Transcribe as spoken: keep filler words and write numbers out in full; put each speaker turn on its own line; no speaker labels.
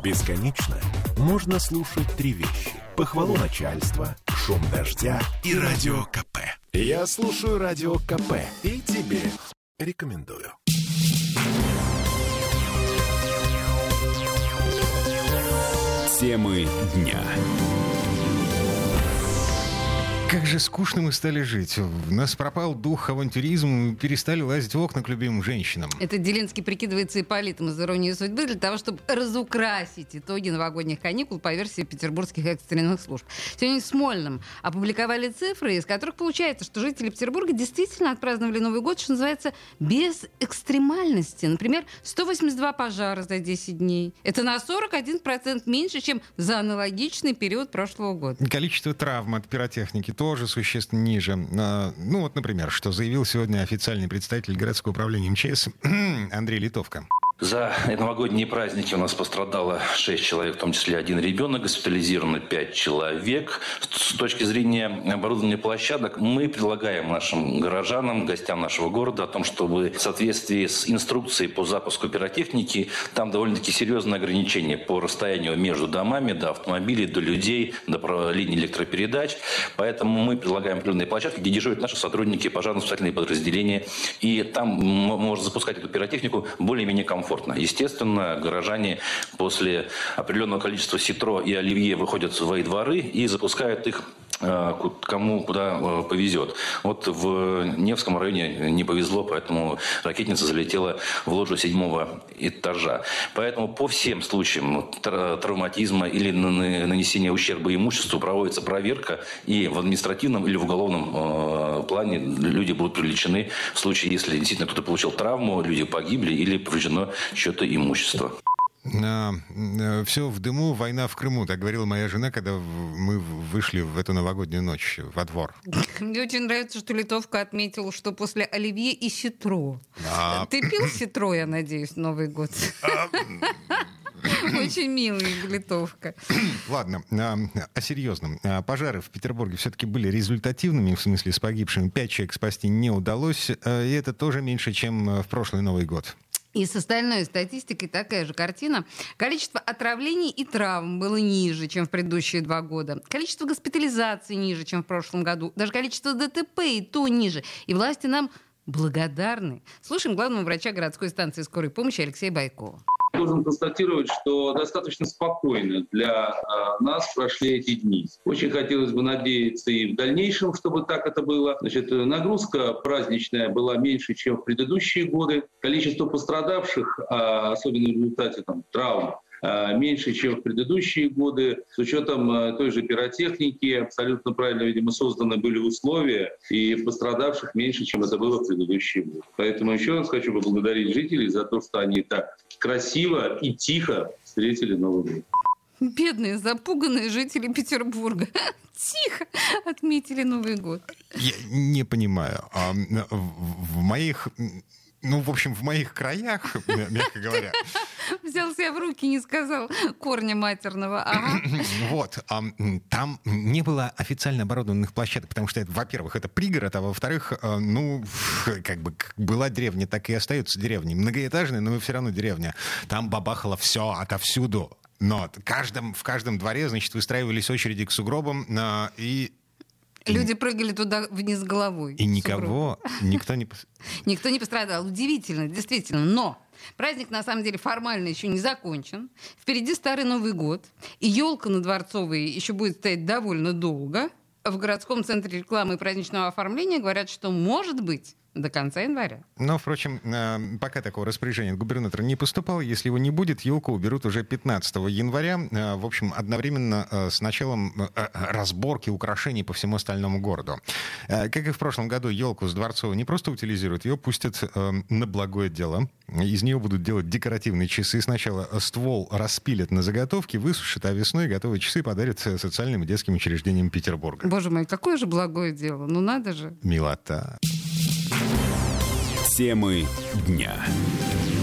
Бесконечно можно слушать три вещи: похвалу начальства, шум дождя и радио КП. Я слушаю радио КП и тебе рекомендую.
Темы дня.
Как же скучно мы стали жить. У нас пропал дух авантюризма, мы перестали лазить в окна к любимым женщинам.
Это Делинский прикидывается Ипполитом из «Иронии судьбы» для того, чтобы разукрасить итоги новогодних каникул по версии петербургских экстренных служб. Сегодня в Смольном опубликовали цифры, из которых получается, что жители Петербурга действительно отпраздновали Новый год, что называется, без экстремальности. Например, сто восемьдесят два пожара за десять дней. Это на сорок один процент меньше, чем за аналогичный период прошлого года.
Количество травм от пиротехники тоже существенно ниже. Ну вот, например, что заявил сегодня официальный представитель городского управления МЧС Андрей Литовка.
За новогодние праздники у нас пострадало шесть человек, в том числе один ребенок, госпитализировано пять человек. С точки зрения оборудования площадок мы предлагаем нашим горожанам, гостям нашего города о том, чтобы в соответствии с инструкцией по запуску пиротехники, там довольно-таки серьезные ограничения по расстоянию между домами, до автомобилей, до людей, до линий электропередач. Поэтому мы предлагаем определенные площадки, где дежурят наши сотрудники, пожарно-спасательные подразделения. И там можно запускать эту пиротехнику более-менее комфортно. Естественно, горожане после определенного количества ситро и оливье выходят в свои дворы и запускают их кому куда повезет. Вот в Невском районе не повезло, поэтому ракетница залетела в ложу седьмого этажа. Поэтому по всем случаям травматизма или нанесения ущерба имуществу проводится проверка, и в административном или в уголовном плане люди будут привлечены в случае, если действительно кто-то получил травму, люди погибли или повреждено чье-то имущество.
Все в дыму, война в Крыму, так говорила моя жена, когда мы вышли в эту новогоднюю ночь во двор.
Мне очень нравится, что Литовка отметил, что после оливье и ситро.
А...
Ты пил ситро, я надеюсь, Новый год? Очень милый Литовка.
Ладно, о серьезном. Пожары в Петербурге все-таки были результативными, в смысле с погибшими. Пять человек спасти не удалось, и это тоже меньше, чем в прошлый Новый год.
И с остальной статистикой такая же картина. Количество отравлений и травм было ниже, чем в предыдущие два года. Количество госпитализаций ниже, чем в прошлом году. Даже количество ДТП и то ниже. И власти нам благодарны. Слушаем главного врача городской станции скорой помощи Алексея Байкова.
Должен констатировать, что достаточно спокойно для а, нас прошли эти дни. Очень хотелось бы надеяться и в дальнейшем, чтобы так это было. Значит, нагрузка праздничная была меньше, чем в предыдущие годы. Количество пострадавших, а, особенно в результате там, травм, меньше, чем в предыдущие годы. С учетом той же пиротехники, абсолютно правильно, видимо, созданы были условия, и пострадавших меньше, чем это было в предыдущие годы. Поэтому еще раз хочу поблагодарить жителей за то, что они так красиво и тихо встретили Новый год.
Бедные, запуганные жители Петербурга тихо отметили Новый год.
Я не понимаю. В моих... Ну, в общем, в моих краях, мягко говоря...
Взял себя в руки, не сказал корня матерного. Ага.
Вот. Там не было официально оборудованных площадок, потому что, во-первых, это пригород, а во-вторых, ну, как бы была деревня, так и остается деревней. Многоэтажная, но все равно деревня. Там бабахало все отовсюду. Но в каждом, в каждом дворе, значит, выстраивались очереди к сугробам, и...
Люди прыгали туда вниз головой.
И никого, никто не...
Никто не пострадал. Удивительно, действительно. Но праздник, на самом деле, формально еще не закончен. Впереди Старый Новый год. И елка на Дворцовой еще будет стоять довольно долго. В городском центре рекламы и праздничного оформления говорят, что, может быть, до конца января.
Но, впрочем, пока такого распоряжения от губернатора не поступало. Если его не будет, елку уберут уже пятнадцатого января. В общем, одновременно с началом разборки украшений по всему остальному городу. Как и в прошлом году, елку с Дворцовой не просто утилизируют, ее пустят на благое дело. Из нее будут делать декоративные часы. Сначала ствол распилят на заготовки, высушат, а весной готовые часы подарят социальным и детским учреждениям Петербурга.
Боже мой, какое же благое дело. Ну надо же.
Милота.
Темы дня.